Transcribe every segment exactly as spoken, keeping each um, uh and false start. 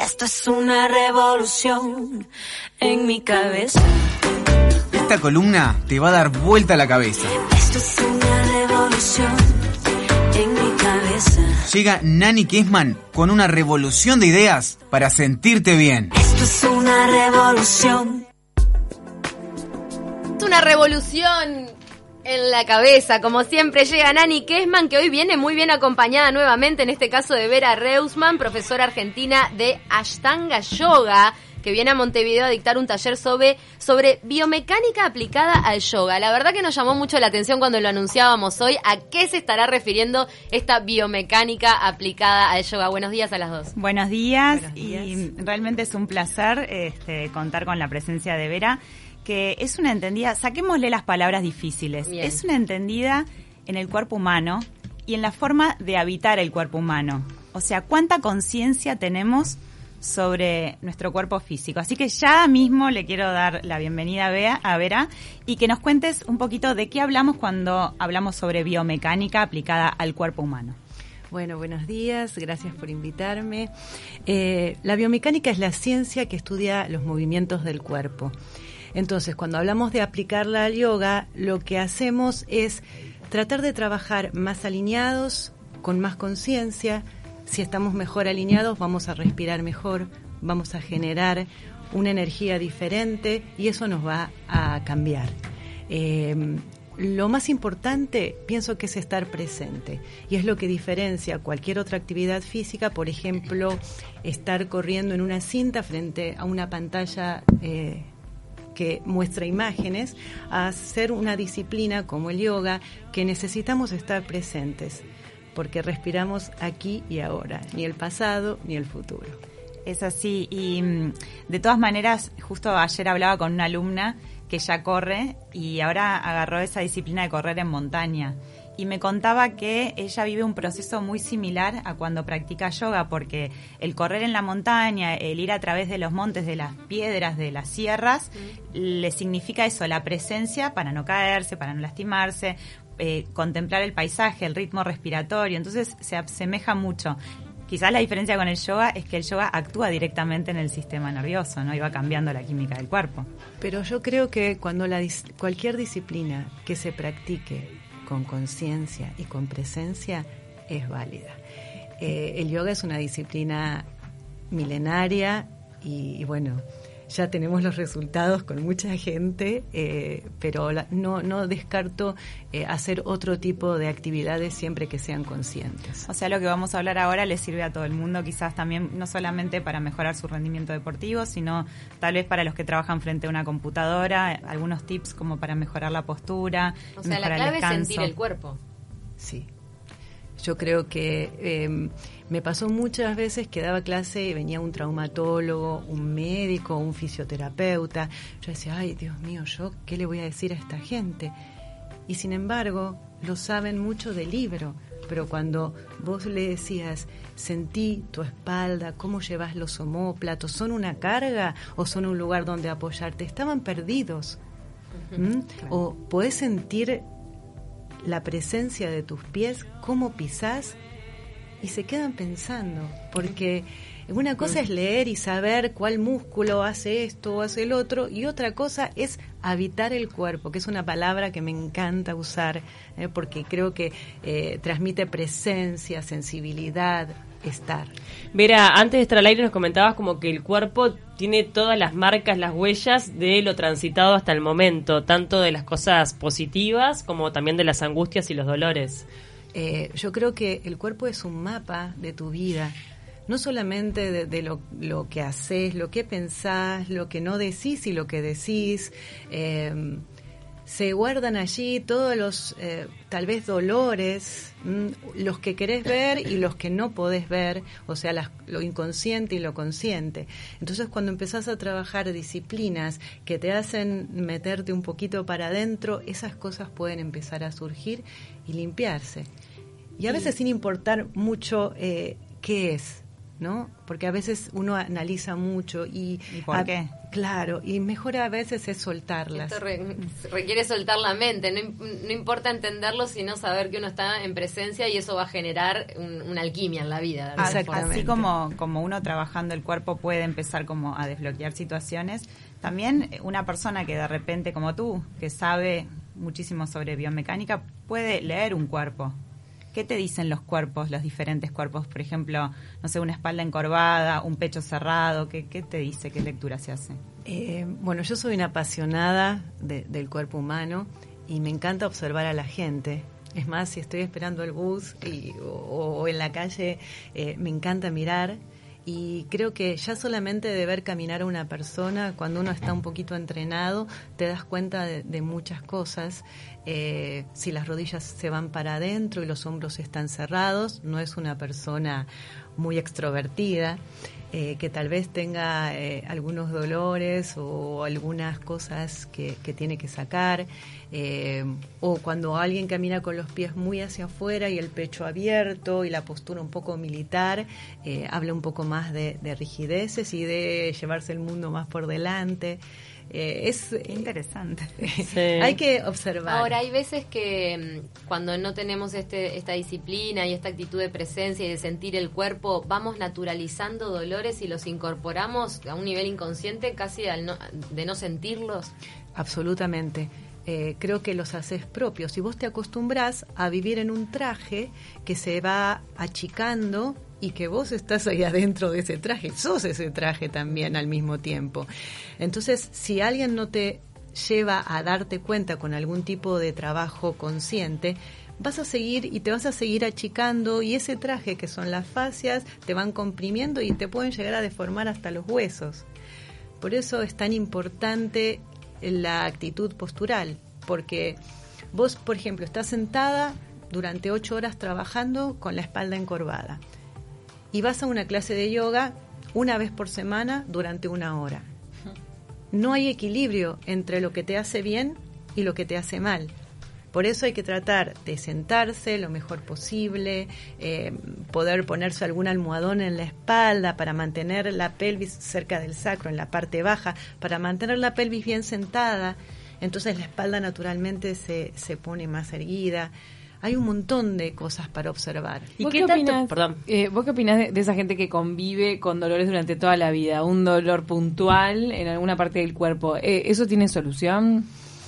Esto es una revolución en mi cabeza. Esta columna te va a dar vuelta la cabeza. Esto es una revolución en mi cabeza. Llega Nani Kessman con una revolución de ideas para sentirte bien. Esto es una revolución. Es una revolución en la cabeza. Como siempre llega Nani Kessman, que hoy viene muy bien acompañada nuevamente, en este caso de Vera Reusman, profesora argentina de Ashtanga Yoga, que viene a Montevideo a dictar un taller sobre, sobre biomecánica aplicada al yoga. La verdad que nos llamó mucho la atención cuando lo anunciábamos hoy. ¿A qué se estará refiriendo esta biomecánica aplicada al yoga? Buenos días a las dos. Buenos días, Buenos días. Y realmente es un placer este, contar con la presencia de Vera, que es una entendida, saquémosle las palabras difíciles, Bien. Es una entendida en el cuerpo humano y en la forma de habitar el cuerpo humano. O sea, cuánta conciencia tenemos sobre nuestro cuerpo físico. Así que ya mismo le quiero dar la bienvenida a, Bea, a Vera y que nos cuentes un poquito de qué hablamos cuando hablamos sobre biomecánica aplicada al cuerpo humano. Bueno, buenos días, gracias por invitarme. Eh, la biomecánica es la ciencia que estudia los movimientos del cuerpo. Entonces, cuando hablamos de aplicarla al yoga, lo que hacemos es tratar de trabajar más alineados, con más conciencia. Si estamos mejor alineados, vamos a respirar mejor, vamos a generar una energía diferente y eso nos va a cambiar. Eh, lo más importante, pienso que es estar presente, y es lo que diferencia cualquier otra actividad física. Por ejemplo, estar corriendo en una cinta frente a una pantalla eh, que muestra imágenes, a hacer una disciplina como el yoga, que necesitamos estar presentes, porque respiramos aquí y ahora, ni el pasado ni el futuro. Es así, y de todas maneras, justo ayer hablaba con una alumna que ya corre y ahora agarró esa disciplina de correr en montaña. Y me contaba que ella vive un proceso muy similar a cuando practica yoga, porque el correr en la montaña, el ir a través de los montes, de las piedras, de las sierras, mm. le significa eso, la presencia para no caerse, para no lastimarse, eh, contemplar el paisaje, el ritmo respiratorio. Entonces se asemeja mucho. Quizás la diferencia con el yoga es que el yoga actúa directamente en el sistema nervioso, ¿no? Y va cambiando la química del cuerpo. Pero yo creo que cuando la cualquier disciplina que se practique con conciencia y con presencia es válida. Eh, el yoga es una disciplina milenaria y, y bueno, ya tenemos los resultados con mucha gente, eh, pero la, no, no descarto eh, hacer otro tipo de actividades siempre que sean conscientes. O sea, lo que vamos a hablar ahora le sirve a todo el mundo, quizás también no solamente para mejorar su rendimiento deportivo, sino tal vez para los que trabajan frente a una computadora, algunos tips como para mejorar la postura, o sea, la clave es sentir el cuerpo. Sí. Yo creo que eh, me pasó muchas veces que daba clase y venía un traumatólogo, un médico, un fisioterapeuta. Yo decía, ay, Dios mío, ¿yo qué le voy a decir a esta gente? Y sin embargo, lo saben mucho del libro. Pero cuando vos le decías, sentí tu espalda, cómo llevas los omóplatos, ¿son una carga o son un lugar donde apoyarte? Estaban perdidos. Uh-huh. ¿Mm? Claro. O podés sentir la presencia de tus pies, cómo pisás, y se quedan pensando, porque una cosa es leer y saber cuál músculo hace esto o hace el otro, y otra cosa es habitar el cuerpo, que es una palabra que me encanta usar, eh, porque creo que eh, transmite presencia, sensibilidad, estar. Vera, antes de estar al aire nos comentabas como que el cuerpo tiene todas las marcas, las huellas de lo transitado hasta el momento, tanto de las cosas positivas como también de las angustias y los dolores. Eh, yo creo que el cuerpo es un mapa de tu vida, no solamente de, de lo, lo que haces, lo que pensás, lo que no decís y lo que decís. Eh, se guardan allí todos los, eh, tal vez, dolores, mmm, los que querés ver y los que no podés ver, o sea, las, lo inconsciente y lo consciente. Entonces, cuando empezás a trabajar disciplinas que te hacen meterte un poquito para adentro, esas cosas pueden empezar a surgir y limpiarse. Y a veces sin importar mucho eh, qué es. ¿no? Porque a veces uno analiza mucho y... ¿Y por a, qué? Claro, y mejor a veces es soltarlas. Esto re, requiere soltar la mente, no, no importa entenderlo, sino saber que uno está en presencia y eso va a generar un, una alquimia en la vida. De alguna Exactamente. forma. Así como, como uno trabajando el cuerpo puede empezar como a desbloquear situaciones, también una persona que de repente como tú, que sabe muchísimo sobre biomecánica, puede leer un cuerpo. ¿Qué te dicen los cuerpos, los diferentes cuerpos? Por ejemplo, no sé, una espalda encorvada, un pecho cerrado. ¿Qué, qué te dice? ¿Qué lectura se hace? Eh, bueno, yo soy una apasionada de, del cuerpo humano y me encanta observar a la gente. Es más, si estoy esperando el bus y, o, o en la calle, eh, me encanta mirar. Y creo que ya solamente de ver caminar a una persona, cuando uno está un poquito entrenado, te das cuenta de, de muchas cosas. Eh, si las rodillas se van para adentro y los hombros están cerrados, no es una persona muy extrovertida, eh, que tal vez tenga eh, algunos dolores o algunas cosas que, que tiene que sacar. Eh, o cuando alguien camina con los pies muy hacia afuera y el pecho abierto y la postura un poco militar, eh, habla un poco más de, de rigideces y de llevarse el mundo más por delante. Eh, es interesante. Sí. Hay que observar. Ahora, hay veces que mm, cuando no tenemos este, esta disciplina y esta actitud de presencia y de sentir el cuerpo, vamos naturalizando dolores y los incorporamos a un nivel inconsciente casi al no, de no sentirlos. Absolutamente. Eh, creo que los haces propios. Si vos te acostumbrás a vivir en un traje que se va achicando y que vos estás ahí adentro de ese traje, sos ese traje también al mismo tiempo. Entonces, si alguien no te lleva a darte cuenta con algún tipo de trabajo consciente, vas a seguir y te vas a seguir achicando y ese traje que son las fascias te van comprimiendo y te pueden llegar a deformar hasta los huesos. Por eso es tan importante la actitud postural, porque vos, por ejemplo, estás sentada durante ocho horas trabajando con la espalda encorvada y vas a una clase de yoga una vez por semana durante una hora. No hay equilibrio entre lo que te hace bien y lo que te hace mal. Por eso hay que tratar de sentarse lo mejor posible, eh, poder ponerse algún almohadón en la espalda para mantener la pelvis cerca del sacro, en la parte baja, para mantener la pelvis bien sentada. Entonces la espalda naturalmente se, se pone más erguida. Hay un montón de cosas para observar. ¿Y ¿Vos qué qué tanto- opinas? Perdón. Eh, ¿Vos qué opinás de, de esa gente que convive con dolores durante toda la vida? Un dolor puntual en alguna parte del cuerpo. Eh, ¿Eso tiene solución?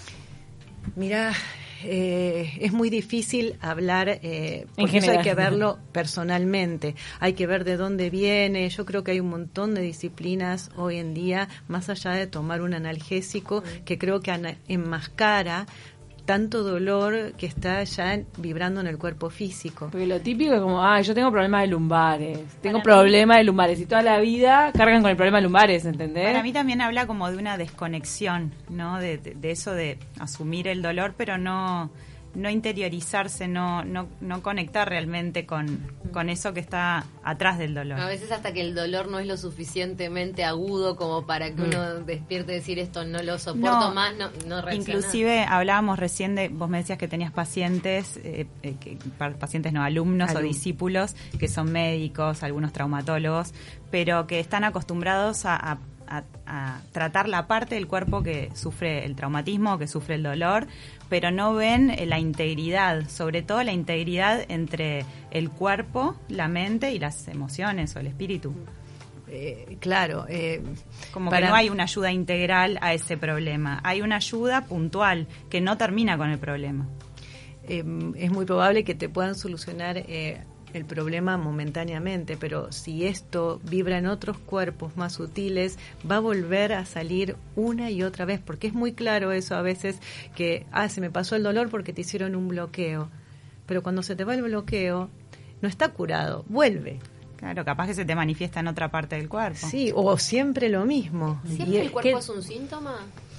Mirá, eh, es muy difícil hablar, eh, porque eso general. hay que verlo personalmente, hay que ver de dónde viene. Yo creo que hay un montón de disciplinas hoy en día, más allá de tomar un analgésico, que creo que ana- enmascara tanto dolor que está ya vibrando en el cuerpo físico. Porque lo típico es como, ah, yo tengo problemas de lumbares, tengo Para mí- problemas de lumbares, y toda la vida cargan con el problema de lumbares, ¿entendés? Para mí también habla como de una desconexión, ¿no? De, de, de eso de asumir el dolor, pero no no interiorizarse, no no no conectar realmente con, con eso que está atrás del dolor. A veces hasta que el dolor no es lo suficientemente agudo como para que uno despierte y decir esto no lo soporto No, más, no, no reacciona. Inclusive hablábamos recién de, vos me decías que tenías pacientes, eh, eh, que, pa- pacientes no, alumnos Alum- o discípulos que son médicos, algunos traumatólogos, pero que están acostumbrados a, a- a- a tratar la parte del cuerpo que sufre el traumatismo, que sufre el dolor, pero no ven eh, la integridad, sobre todo la integridad entre el cuerpo, la mente y las emociones o el espíritu. Eh, claro. Eh, Como para- que no hay una ayuda integral a ese problema, hay una ayuda puntual que no termina con el problema. eh, es muy probable que te puedan solucionar eh, el problema momentáneamente, pero si esto vibra en otros cuerpos más sutiles, va a volver a salir una y otra vez, porque es muy claro eso a veces, que, ah, se me pasó el dolor porque te hicieron un bloqueo, pero cuando se te va el bloqueo, no está curado, vuelve. Claro, capaz que se te manifiesta en otra parte del cuerpo. Sí, o siempre lo mismo. ¿Siempre Y el es cuerpo que- es un síntoma?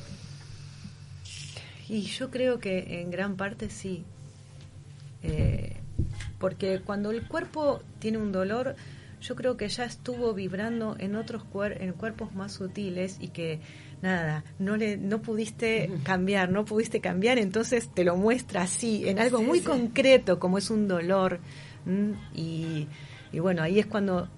Y yo creo que en gran parte sí. Eh, porque cuando el cuerpo tiene un dolor, yo creo que ya estuvo vibrando en otros cuer- en cuerpos más sutiles y que nada, no le no pudiste cambiar, no pudiste cambiar, entonces te lo muestra así, en algo muy concreto como es un dolor. ¿m? Y, y bueno, ahí es cuando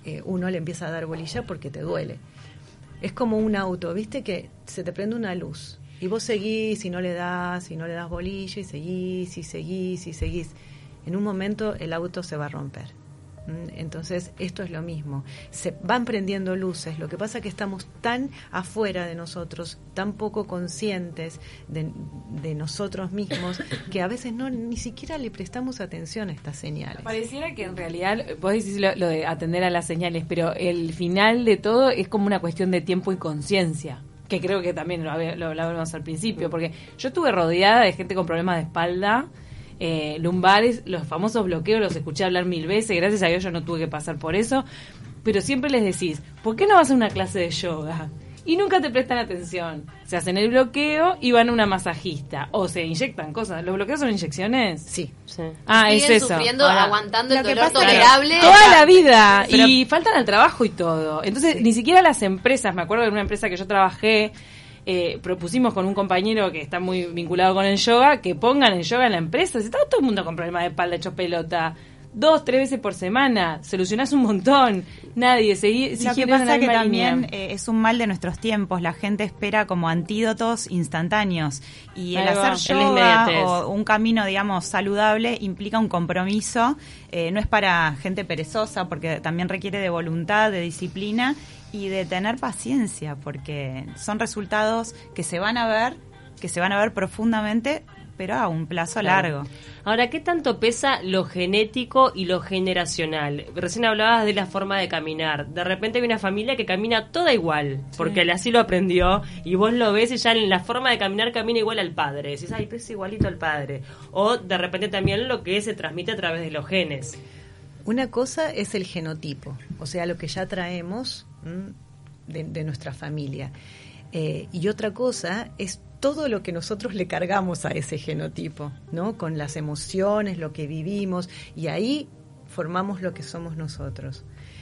eh, uno le empieza a dar bolilla porque te duele. Es como un auto, ¿viste? Que se te prende una luz y vos seguís y no le das, y no le das bolilla, y seguís, y seguís, y seguís. En un momento el auto se va a romper. Entonces, esto es lo mismo. Se van prendiendo luces. Lo que pasa es que estamos tan afuera de nosotros, tan poco conscientes de, de nosotros mismos, que a veces no ni siquiera le prestamos atención a estas señales. Pareciera que en realidad, vos decís lo, lo de atender a las señales, pero el final de todo es como una cuestión de tiempo y conciencia. Que creo que también lo, lo hablábamos al principio, porque yo estuve rodeada de gente con problemas de espalda, Eh, lumbares, los famosos bloqueos los escuché hablar mil veces, gracias a Dios yo no tuve que pasar por eso, pero siempre les decís, ¿por qué no vas a una clase de yoga? Y nunca te prestan atención. Se hacen el bloqueo y van a una masajista o se inyectan cosas. ¿Los bloqueos son inyecciones? Sí. Sí. Ah, es Siguen eso. sufriendo, Ahora, aguantando el lo que dolor pasa es que tolerable toda la vida Pero- y faltan al trabajo y todo. Entonces, ni siquiera las empresas, me acuerdo de una empresa que yo trabajé, Eh, propusimos con un compañero que está muy vinculado con el yoga que pongan el yoga en la empresa. Si está todo el mundo con problemas de espalda hecho pelota, dos, tres veces por semana, solucionás un montón. Nadie, seguí, Lo que pasa que también eh, es un mal de nuestros tiempos. La gente espera como antídotos instantáneos. Y el Ahí va, hacer en la yoga inmediatez. o un camino, digamos, saludable implica un compromiso. Eh, no es para gente perezosa, porque también requiere de voluntad, de disciplina y de tener paciencia, porque son resultados que se van a ver, que se van a ver profundamente, pero a un plazo Claro. largo. Ahora, ¿qué tanto pesa lo genético y lo generacional? Recién hablabas de la forma de caminar. De repente hay una familia que camina toda igual, porque así lo aprendió, y vos lo ves y ya en la forma de caminar camina igual al padre. Decís, ay, pero es igualito al padre. O de repente también lo que se transmite a través de los genes. Una cosa es el genotipo, o sea, lo que ya traemos ¿m? de, de nuestra familia. Eh, y otra cosa es todo lo que nosotros le cargamos a ese genotipo, ¿no? Con las emociones, lo que vivimos, y ahí formamos lo que somos nosotros.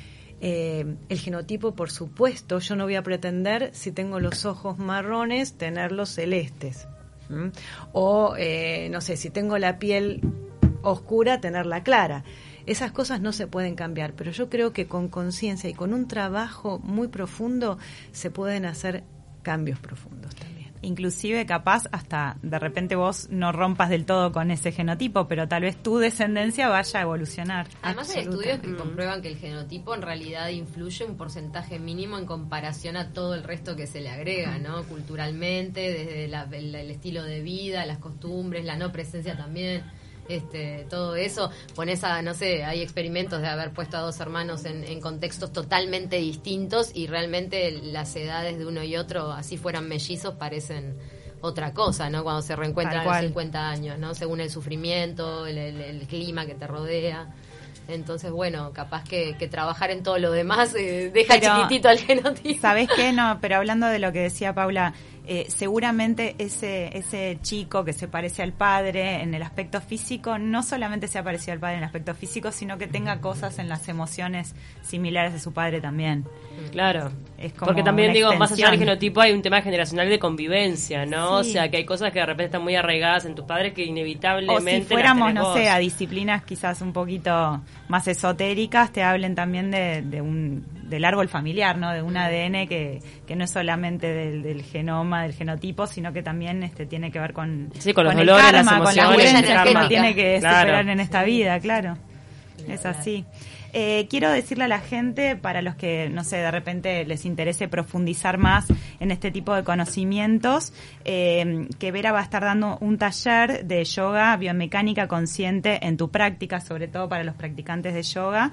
Eh, el genotipo, por supuesto, yo no voy a pretender, si tengo los ojos marrones, tenerlos celestes. ¿m? O, eh, no sé, si tengo la piel oscura, tenerla clara. Esas cosas no se pueden cambiar, pero yo creo que con conciencia y con un trabajo muy profundo se pueden hacer cambios profundos también. Inclusive capaz hasta de repente vos no rompas del todo con ese genotipo, pero tal vez tu descendencia vaya a evolucionar. Además hay Absoluta. estudios que comprueban que el genotipo en realidad influye un porcentaje mínimo en comparación a todo el resto que se le agrega, ¿no? Culturalmente, desde la- el, el estilo de vida, las costumbres, la no presencia también. Este, todo eso, pones a, no sé, hay experimentos de haber puesto a dos hermanos en, en contextos totalmente distintos y realmente las edades de uno y otro, así fueran mellizos, parecen otra cosa, ¿no? Cuando se reencuentran Tal a los cual. cincuenta años, ¿no? Según el sufrimiento, el, el- el clima que te rodea. Entonces, bueno, capaz que, que trabajar en todo lo demás eh, deja Pero, chiquitito al genotipo. ¿Sabés qué? No, pero hablando de lo que decía Paula, eh, seguramente ese ese chico que se parece al padre en el aspecto físico, no solamente sea parecido al padre en el aspecto físico, sino que tenga cosas en las emociones similares de su padre también. Claro. Es como Porque también una digo, más allá del extensión. genotipo hay un tema generacional de convivencia, ¿no? Sí. O sea, que hay cosas que de repente están muy arraigadas en tus padres que O inevitablemente si fuéramos, las tenés no sé, vos. a disciplinas quizás un poquito más esotéricas, te hablen también de, de un del árbol familiar, ¿no? De un A D N que, que no es solamente del, del genoma, del genotipo, sino que también este tiene que ver con, Sí, con los el dolores, karma, las con las emociones, vivencias el que uno karma. tiene que Claro. superar en esta vida, claro. Es así. Eh, quiero decirle a la gente, para los que, no sé, de repente les interese profundizar más en este tipo de conocimientos, eh, que Vera va a estar dando un taller de yoga biomecánica consciente en tu práctica, sobre todo para los practicantes de yoga.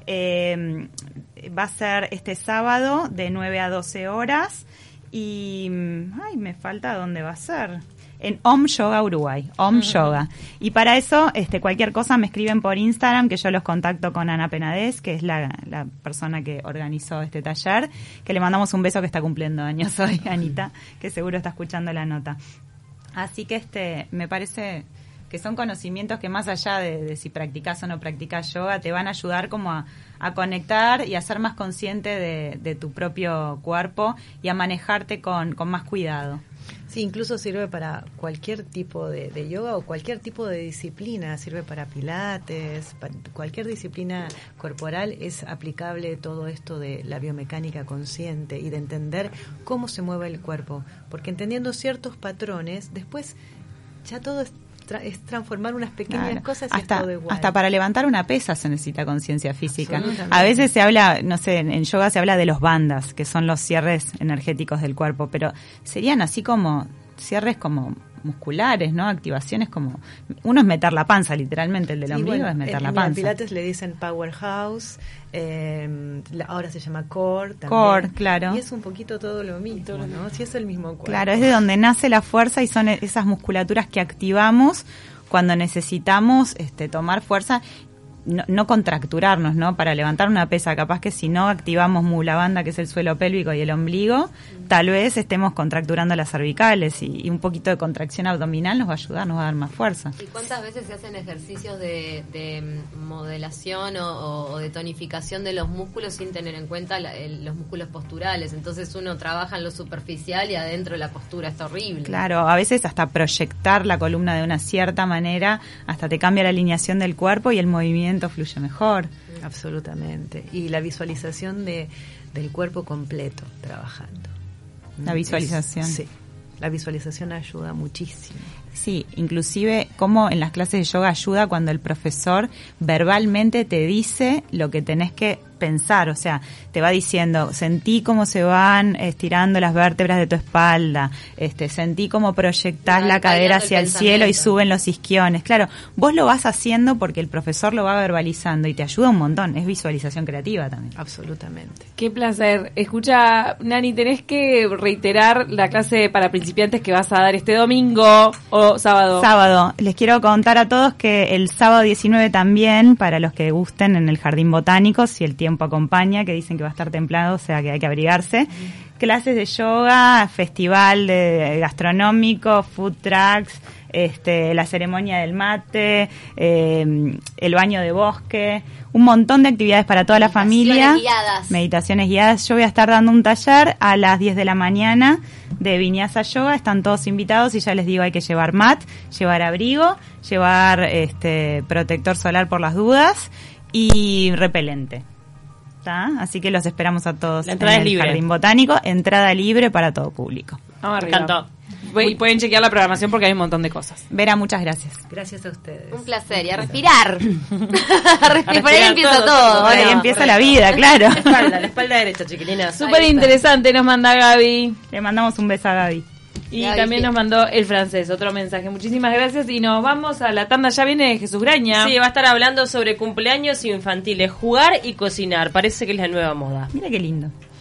Eh, va a ser este sábado de nueve a doce horas y, ay, me falta dónde va a ser. En Om Yoga Uruguay, Om Yoga. Y para eso, este, cualquier cosa me escriben por Instagram, que yo los contacto con Ana Penades, que es la, la persona que organizó este taller, que le mandamos un beso, que está cumpliendo años hoy, Anita, que seguro está escuchando la nota. Así que este, me parece que son conocimientos que más allá de, de si practicás o no practicás yoga, te van a ayudar como a, a conectar y a ser más consciente de, de tu propio cuerpo y a manejarte con, con más cuidado. Sí, incluso sirve para cualquier tipo de, de yoga o cualquier tipo de disciplina, sirve para pilates, para cualquier disciplina corporal es aplicable todo esto de la biomecánica consciente y de entender cómo se mueve el cuerpo, porque entendiendo ciertos patrones, después ya todo es, tra- es transformar unas pequeñas Claro. cosas y hasta, es todo igual. hasta para levantar una pesa se necesita conciencia física. Absolutamente. A veces se habla, no sé, en, en yoga se habla de los bandas, que son los cierres energéticos del cuerpo, pero serían así como cierres como musculares, ¿no? Activaciones como... Uno es meter la panza, literalmente, el del Sí, ombligo bueno, es meter en, la en panza. Pilates le dicen powerhouse, eh, la- ahora se llama core también. Core, claro. Y es un poquito todo lo mismo, ¿no? Si es el mismo cuerpo. Claro, es de donde nace la fuerza y son e- esas musculaturas que activamos cuando necesitamos este, tomar fuerza, no, no contracturarnos, ¿no? Para levantar una pesa, capaz que si no activamos mula banda, que es el suelo pélvico y el ombligo, tal vez estemos contracturando las cervicales y, y un poquito de contracción abdominal nos va a ayudar, nos va a dar más fuerza. ¿Y cuántas veces se hacen ejercicios de, de modelación o, o- o de tonificación de los músculos sin tener en cuenta la- el- los músculos posturales? Entonces uno trabaja en lo superficial y adentro la postura está horrible. Claro, a veces hasta proyectar la columna de una cierta manera, hasta te cambia la alineación del cuerpo y el movimiento fluye mejor. Absolutamente. Y la visualización de del cuerpo completo trabajando. La visualización. Es- sí, la visualización ayuda muchísimo. Sí, inclusive como en las clases de yoga ayuda cuando el profesor verbalmente te dice lo que tenés que pensar, o sea, te va diciendo, sentí cómo se van estirando las vértebras de tu espalda, este, sentí cómo proyectás Va la cadera bailando el hacia el cielo y pensamiento. suben los isquiones. Claro, vos lo vas haciendo porque el profesor lo va verbalizando y te ayuda un montón, es visualización creativa también. Absolutamente. Qué placer. Escucha, Nani, tenés que reiterar la clase para principiantes que vas a dar este domingo o sábado. Sábado. Les quiero contar a todos que el sábado diecinueve también, para los que gusten, en el Jardín Botánico, si el tiempo acompaña, que dicen que va a estar templado, o sea que hay que abrigarse. Clases de yoga, festival de gastronómico, food trucks, este, la ceremonia del mate, eh, el baño de bosque, un montón de actividades para toda la familia. Meditaciones guiadas. Meditaciones guiadas. Yo voy a estar dando un taller a las diez de la mañana de Vinyasa Yoga. Están todos invitados y ya les digo, hay que llevar mat, llevar abrigo, llevar este protector solar por las dudas y repelente. ¿Tá? Así que los esperamos a todos La entrada en es el libre. Jardín Botánico. Entrada libre para todo público. Vamos Me arriba. encantó. Y pueden chequear la programación porque hay un montón de cosas. Vera, muchas gracias. Gracias a ustedes. Un placer. Y a respirar. a respirar. Por ahí empieza todo, todo. todo. Por ahí ¿o no? empieza la vida, claro. La espalda, la espalda derecha, chiquilina. Súper interesante nos manda Gaby. Le mandamos un beso a Gaby. Y Gaby, también sí. nos mandó el francés, otro mensaje. Muchísimas gracias y nos vamos a la tanda. Ya viene Jesús Graña. Sí, va a estar hablando sobre cumpleaños infantiles, jugar y cocinar. Parece que es la nueva moda. Mira qué lindo.